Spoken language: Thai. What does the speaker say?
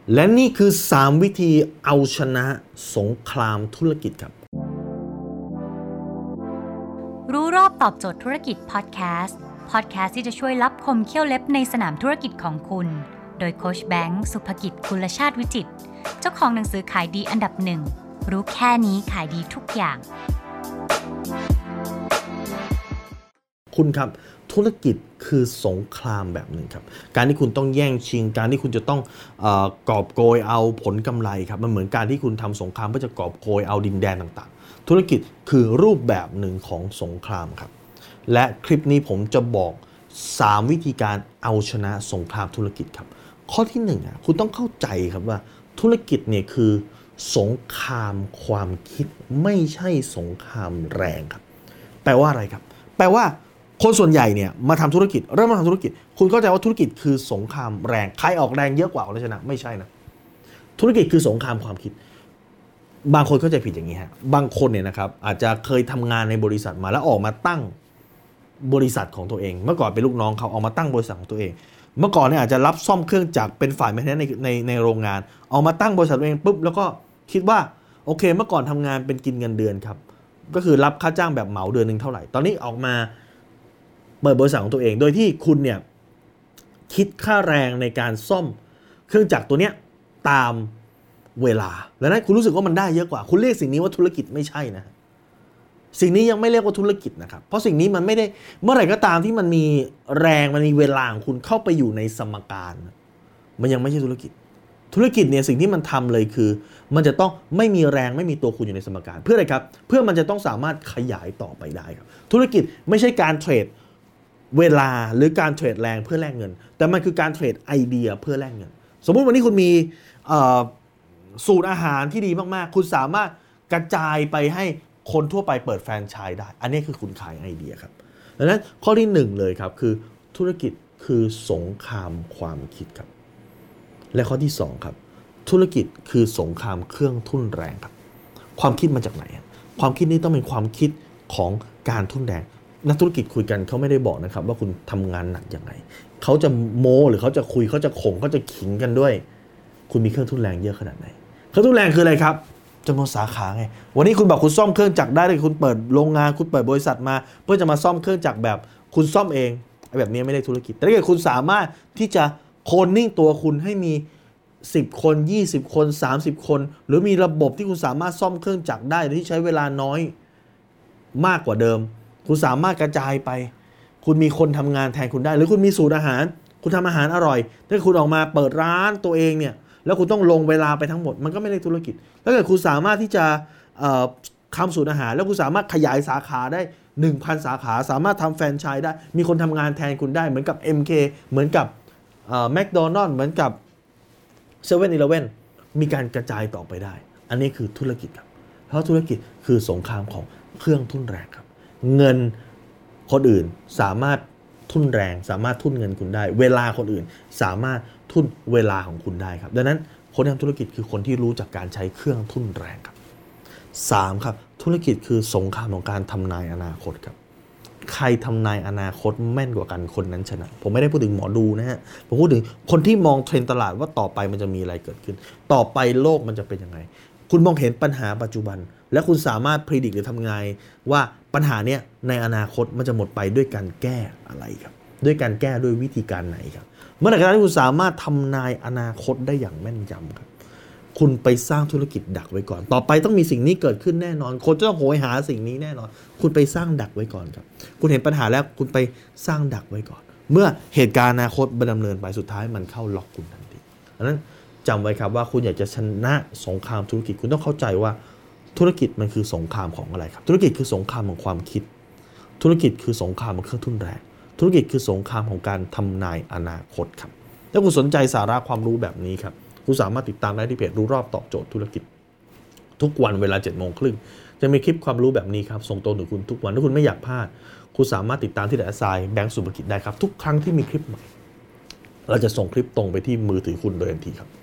และนี่คือ3วิธีเอาชนะสงครามธุรกิจครับรู้รอบตอบโจทย์ธุรกิจพอดแคสต์ที่จะช่วยลับคมเขี้ยวเล็บในสนามธุรกิจของคุณโดยโค้ชแบงค์สุภกิจกุลชาติวิจิตรเจ้าของหนังสือขายดีอันดับ1รู้แค่นี้ขายดีทุกอย่างคุณครับธุรกิจคือสงครามแบบหนึ่งครับการที่คุณต้องแย่งชิงการที่คุณจะต้องกอบโกยเอาผลกำไรครับมันเหมือนการที่คุณทำสงครามเพื่อจะกอบโกยเอาดินแดนต่างๆธุรกิจคือรูปแบบหนึ่งของสงครามครับและคลิปนี้ผมจะบอก3วิธีการเอาชนะสงครามธุรกิจครับข้อที่1คุณต้องเข้าใจครับว่าธุรกิจเนี่ยคือสงครามความคิดไม่ใช่สงครามแรงครับแปลว่าอะไรครับแปลว่าคนส่วนใหญ่เนี่ยมาทำธุรกิจเริ่มมาทำธุรกิจคุณเข้าใจว่าธุรกิจคือสงครามแรงใครออกแรงเยอะกว่าชนะไม่ใช่นะธุรกิจคือสงครามความคิดบางคนเข้าใจผิดอย่างนี้ฮะบางคนเนี่ยนะครับอาจจะเคยทำงานในบริษัทมาแล้วออกมาตั้งบริษัทของตัวเองเมื่อก่อนเป็นลูกน้องเขาออกมาตั้งบริษัทของตัวเองเมื่อก่อนเนี่ยอาจจะรับซ่อมเครื่องจักรเป็นฝ่ายแมเนเจอร์ในโรงงานออกมาตั้งบริษัทตัวเองปุ๊บแล้วก็คิดว่าโอเคเมื่อก่อนทำงานเป็นกินเงินเดือนครับก็คือรับค่าจ้างแบบเหมาเดือนนึงเท่าไหร่ตอนนี้ออกมาเปิดบริษัทของตัวเองโดยที่คุณเนี่ยคิดค่าแรงในการซ่อมเครื่องจักรตัวเนี้ยตามเวลาแล้วนั้นคุณรู้สึกว่ามันได้เยอะกว่าคุณเรียกสิ่งนี้ว่าธุรกิจไม่ใช่นะสิ่งนี้ยังไม่เรียกว่าธุรกิจนะครับเพราะสิ่งนี้มันไม่ได้เมื่อไหร่ก็ตามที่มันมีแรงมันมีเวลาของคุณเข้าไปอยู่ในสมการมันยังไม่ใช่ธุรกิจเนี่ยสิ่งที่มันทำเลยคือมันจะต้องไม่มีแรงไม่มีตัวคุณอยู่ในสมการเพื่ออะไรครับเพื่อมันจะต้องสามารถขยายต่อไปได้ครับธุรกิจไม่ใช่การเทรดเวลาหรือการเทรดแรงเพื่อแลกเงินแต่มันคือการเทรดไอเดียเพื่อแลกเงินสมมุติวันนี้คุณมีสูตรอาหารที่ดีมากๆคุณสามารถกระจายไปให้คนทั่วไปเปิดแฟรนไชส์ได้อันนี้คือคุณขายไอเดียครับดังนั้นข้อที่1เลยครับคือธุรกิจคือสงครามความคิดครับและข้อที่2ครับธุรกิจคือสงครามเครื่องทุ่นแรงครับความคิดมาจากไหนความคิดนี้ต้องเป็นความคิดของการทุ่นแรงนักธุรกิจคุยกันเขาไม่ได้บอกนะครับว่าคุณทำงานหนักยังไงเขาจะโม้หรือเขาจะคุยเขาจะข่มเขาจะขิงกันด้วยคุณมีเครื่องทุ่นแรงเยอะขนาดไหนเครื่องทุ่นแรงคืออะไรครับจำนวนสาขาไงวันนี้คุณบอกคุณซ่อมเครื่องจักรได้เลยคุณเปิดโรงงานคุณเปิดบริษัทมาเพื่อจะมาซ่อมเครื่องจักรแบบคุณซ่อมเองแบบนี้ไม่ได้ธุรกิจแต่ถ้าเกิดคุณสามารถที่จะโคนนิ่งตัวคุณให้มี10คน20คน30คนหรือมีระบบที่คุณสามารถซ่อมเครื่องจักรได้ที่ใช้เวลาน้อยมากกว่าเดิมคุณสามารถกระจายไปคุณมีคนทำงานแทนคุณได้หรือคุณมีสูตรอาหารคุณทำอาหารอร่อยถ้าคุณออกมาเปิดร้านตัวเองเนี่ยแล้วคุณต้องลงเวลาไปทั้งหมดมันก็ไม่ได้ธุรกิจถ้าเกิดคุณสามารถที่จะทำสูตรอาหารแล้วคุณสามารถขยายสาขาได้ 1,000 สาขาสามารถทำแฟรนไชส์ได้มีคนทำงานแทนคุณได้เหมือนกับ MK เหมือนกับแมคโดนัลด์เหมือนกับ7-Eleven มีการกระจายต่อไปได้อันนี้คือธุรกิจครับเพราะธุรกิจคือสงครามของเครื่องทุ่นแรงครับเงินคนอื่นสามารถทุ่นแรงสามารถทุ่นเงินคุณได้เวลาคนอื่นสามารถทุ่นเวลาของคุณได้ครับดังนั้นคนที่ทำธุรกิจคือคนที่รู้จักการใช้เครื่องทุ่นแรงครับ3ครับธุรกิจคือสงครามของการทำนายอนาคตครับใครทำนายอนาคตแม่นกว่ากันคนนั้นชนะผมไม่ได้พูดถึงหมอดูนะฮะผมพูดถึงคนที่มองเทรนด์ตลาดว่าต่อไปมันจะมีอะไรเกิดขึ้นต่อไปโลกมันจะเป็นยังไงคุณมองเห็นปัญหาปัจจุบันและคุณสามารถพิจิตรหรือทำนายว่าปัญหาเนี้ยในอนาคตมันจะหมดไปด้วยการแก้อะไรครับด้วยการแก้ด้วยวิธีการไหนครับเมื่อไหร่ก็ตามที่คุณสามารถทำนายอนาคตได้อย่างแม่นยำครับคุณไปสร้างธุรกิจดักไว้ก่อนต่อไปต้องมีสิ่งนี้เกิดขึ้นแน่นอนคนจะต้องโหยหาสิ่งนี้แน่นอนคุณไปสร้างดักไว้ก่อนครับคุณเห็นปัญหาแล้วคุณไปสร้างดักไว้ก่อนเมื่อเหตุการณ์อนาคตดำเนินไปสุดท้ายมันเข้าล็อกคุณทันทีดังนั้นจำไว้ครับว่าคุณอยากจะชนะสงครามธุรกิจคุณต้องเข้าใจว่าธุรกิจมันคือสงครามของอะไรครับธุรกิจคือสงครามของความคิดธุรกิจคือสงครามของเครื่องทุ่นแรงธุรกิจคือสงครามของการทำนายอนาคตครับถ้าคุณสนใจสาระความรู้แบบนี้ครับคุณสามารถติดตามได้ที่เพจรู้รอบตอบโจทย์ธุรกิจทุกวันเวลา 7:30 น.จะมีคลิปความรู้แบบนี้ครับส่งตรงถึงคุณทุกวันถ้าคุณไม่อยากพลาดคุณสามารถติดตามที่@แบงค์สุภกิจได้ครับทุกครั้งที่มีคลิปใหม่เราจะส่งคลิปตรงไปที่มือถือคุณโดยทันทีครับ